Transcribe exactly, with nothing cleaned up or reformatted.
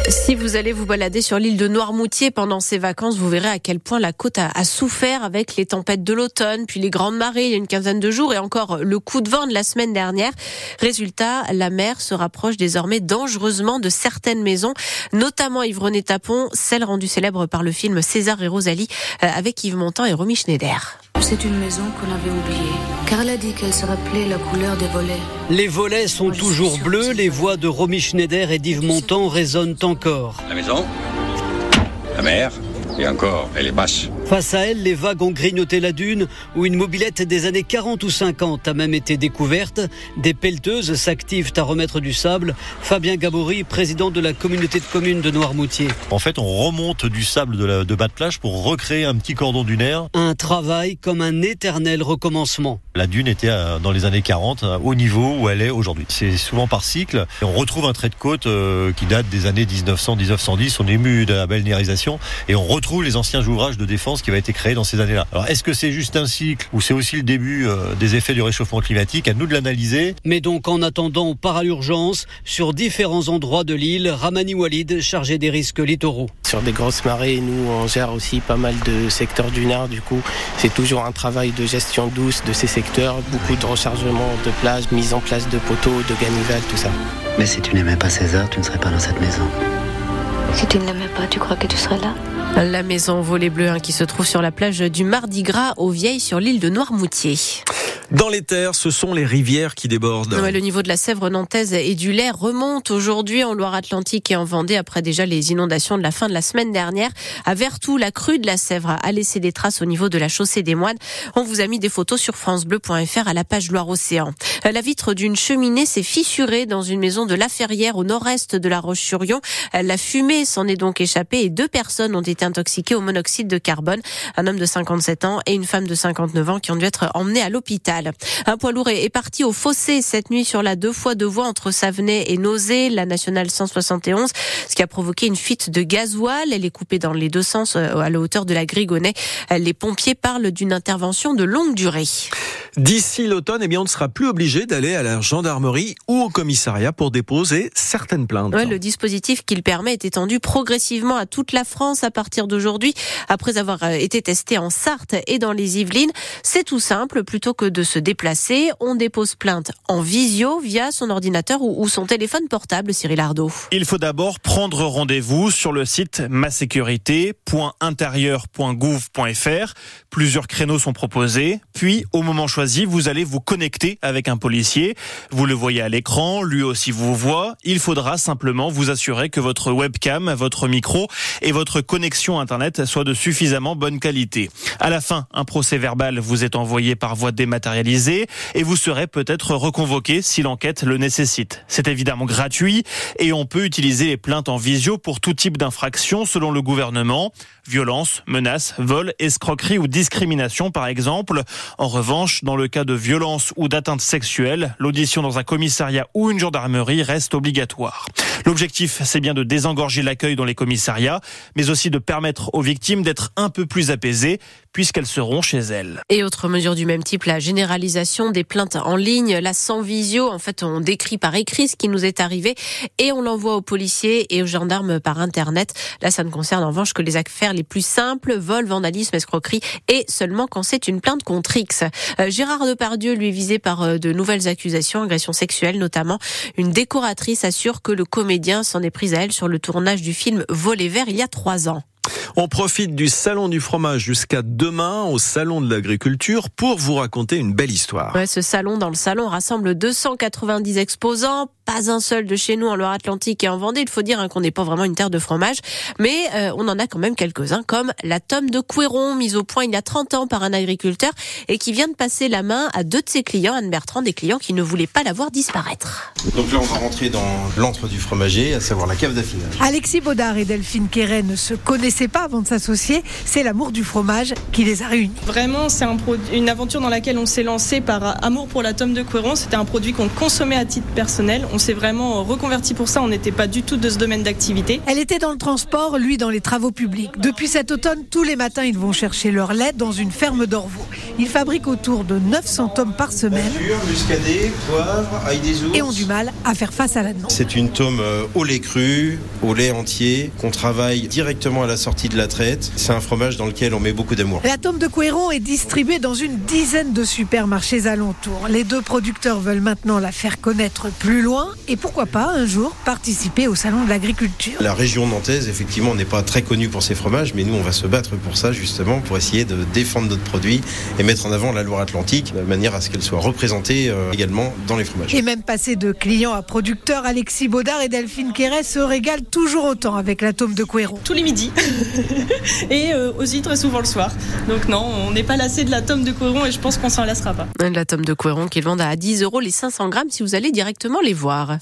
Si vous allez vous balader sur l'île de Noirmoutier pendant ces vacances, vous verrez à quel point la côte a, a souffert avec les tempêtes de l'automne, puis les grandes marées il y a une quinzaine de jours et encore le coup de vent de la semaine dernière. Résultat, la mer se rapproche désormais dangereusement de certaines maisons, notamment Yves-René-Tapon, celle rendue célèbre par le film César et Rosalie avec Yves Montand et Romy Schneider. C'est une maison qu'on avait oubliée, car elle a dit qu'elle se rappelait la couleur des volets. Les volets sont toujours bleus, les voix de Romy Schneider et d'Yves Montand résonnent encore. La maison, la mer, et encore, elle est basse. Face à elle, les vagues ont grignoté la dune, où une mobilette des années quarante ou cinquante a même été découverte. Des pelleteuses s'activent à remettre du sable. Fabien Gabory, président de la communauté de communes de Noirmoutier. En fait, on remonte du sable de, la, de bas de plage pour recréer un petit cordon dunaire. Un travail comme un éternel recommencement. La dune était à, dans les années quarante, au niveau où elle est aujourd'hui. C'est souvent par cycle. Et on retrouve un trait de côte euh, qui date des années dix-neuf cents à dix-neuf cent dix. On est ému de la balnéarisation et on retrouve les anciens ouvrages de défense qui avaient été créés dans ces années-là. Alors, est-ce que c'est juste un cycle ou c'est aussi le début euh, des effets du réchauffement climatique? À nous de l'analyser. Mais donc, en attendant, on part à l'urgence sur différents endroits de l'île. Ramani Walid, chargé des risques littoraux. Sur des grosses marées, nous, on gère aussi pas mal de secteurs dunaires. Du coup, c'est toujours un travail de gestion douce de ces secteurs. Beaucoup de rechargement de plages, mise en place de poteaux, de ganivelles, tout ça. Mais si tu n'aimais pas César, tu ne serais pas dans cette maison. Si tu ne l'aimais pas, tu crois que tu serais là ? La maison Volet Bleu hein, qui se trouve sur la plage du Mardi Gras aux Vieilles sur l'île de Noirmoutier. Dans les terres, ce sont les rivières qui débordent. Ouais, le niveau de la Sèvre nantaise et du Lay remonte aujourd'hui en Loire-Atlantique et en Vendée après déjà les inondations de la fin de la semaine dernière. À Vertou, la crue de la Sèvre a laissé des traces au niveau de la chaussée des Moines. On vous a mis des photos sur francebleu point f r à la page Loire-Océan. La vitre d'une cheminée s'est fissurée dans une maison de La Ferrière au nord-est de La Roche-sur-Yon. La fumée s'en est donc échappée et deux personnes ont été intoxiquées au monoxyde de carbone. Un homme de cinquante-sept ans et une femme de cinquante-neuf ans qui ont dû être emmenés à l'hôpital. Un poids lourd est parti au fossé cette nuit sur la deux fois deux voies entre Savenay et Nozay, la nationale cent soixante et onze, ce qui a provoqué une fuite de gasoil. Elle est coupée dans les deux sens à la hauteur de la Grigonnet. Les pompiers parlent d'une intervention de longue durée. D'ici l'automne, eh bien, on ne sera plus obligé d'aller à la gendarmerie ou au commissariat pour déposer certaines plaintes. Ouais, le dispositif qu'il permet est étendu progressivement à toute la France à partir d'aujourd'hui. Après avoir été testé en Sarthe et dans les Yvelines, c'est tout simple. Plutôt que de se déplacer, on dépose plainte en visio via son ordinateur ou son téléphone portable, Cyril Ardo. Il faut d'abord prendre rendez-vous sur le site ma sécurité point intérieur point gouv point f r. Plusieurs créneaux sont proposés. Puis, au moment choisi, vous allez vous connecter avec un policier. Vous le voyez à l'écran, lui aussi vous voit. Il faudra simplement vous assurer que votre webcam, votre micro et votre connexion Internet soient de suffisamment bonne qualité. À la fin, un procès-verbal vous est envoyé par voie dématérialisée et vous serez peut-être reconvoqué si l'enquête le nécessite. C'est évidemment gratuit et on peut utiliser les plaintes en visio pour tout type d'infraction selon le gouvernement. Violence, menaces, vol, escroquerie ou discrimination par exemple. En revanche, dans le cas de violence ou d'atteinte sexuelle, l'audition dans un commissariat ou une gendarmerie reste obligatoire. L'objectif, c'est bien de désengorger l'accueil dans les commissariats, mais aussi de permettre aux victimes d'être un peu plus apaisées, puisqu'elles seront chez elles. Et autre mesure du même type, la généralisation des plaintes en ligne, là sans visio. En fait, on décrit par écrit ce qui nous est arrivé et on l'envoie aux policiers et aux gendarmes par Internet. Là, ça ne concerne en revanche que les affaires les plus simples, vol, vandalisme, escroquerie et seulement quand c'est une plainte contre X. Euh, Gérard Depardieu, lui, est visé par de nouvelles accusations, agressions sexuelles notamment. Une décoratrice assure que le comédien s'en est pris à elle sur le tournage du film Volet Vert il y a trois ans. On profite du salon du fromage jusqu'à demain au salon de l'agriculture pour vous raconter une belle histoire. Ouais, ce salon dans le salon rassemble deux cent quatre-vingt-dix exposants, pas un seul de chez nous en Loire-Atlantique et en Vendée. Il faut dire hein, qu'on n'est pas vraiment une terre de fromage, mais euh, on en a quand même quelques-uns comme la tome de Couéron, mise au point il y a trente ans par un agriculteur et qui vient de passer la main à deux de ses clients, Anne Bertrand, des clients qui ne voulaient pas la voir disparaître. Donc là on va rentrer dans l'antre du fromager, à savoir la cave d'affinage. Alexis Baudard et Delphine Quéret ne se connaissaient pas avant de s'associer, c'est l'amour du fromage qui les a réunis. Vraiment, c'est un pro- une aventure dans laquelle on s'est lancé par amour pour la tome de Couéron. C'était un produit qu'on consommait à titre personnel. On On s'est vraiment reconverti pour ça, on n'était pas du tout de ce domaine d'activité. Elle était dans le transport, lui dans les travaux publics. Depuis cet automne, tous les matins, ils vont chercher leur lait dans une ferme d'Orvaux. Ils fabriquent autour de neuf cents tomes par semaine. Nature, muscadet, poivre, ail des ours. Et ont du mal à faire face à la demande. C'est une tome au lait cru, au lait entier, qu'on travaille directement à la sortie de la traite. C'est un fromage dans lequel on met beaucoup d'amour. La tome de Couëron est distribuée dans une dizaine de supermarchés alentours. Les deux producteurs veulent maintenant la faire connaître plus loin et pourquoi pas un jour participer au salon de l'agriculture. La région nantaise, effectivement, n'est pas très connue pour ses fromages, mais nous, on va se battre pour ça, justement, pour essayer de défendre notre produit et mettre en avant la Loire-Atlantique, de manière à ce qu'elle soit représentée euh, également dans les fromages. Et même passer de clients à producteurs, Alexis Baudard et Delphine Quéret se régalent toujours autant avec la tome de Couëron. Tous les midis et euh, aussi très souvent le soir. Donc non, on n'est pas lassé de la tome de Couëron et je pense qu'on s'en lassera pas. La tome de Couëron qu'ils vendent à dix euros les cinq cents grammes si vous allez directement les voir.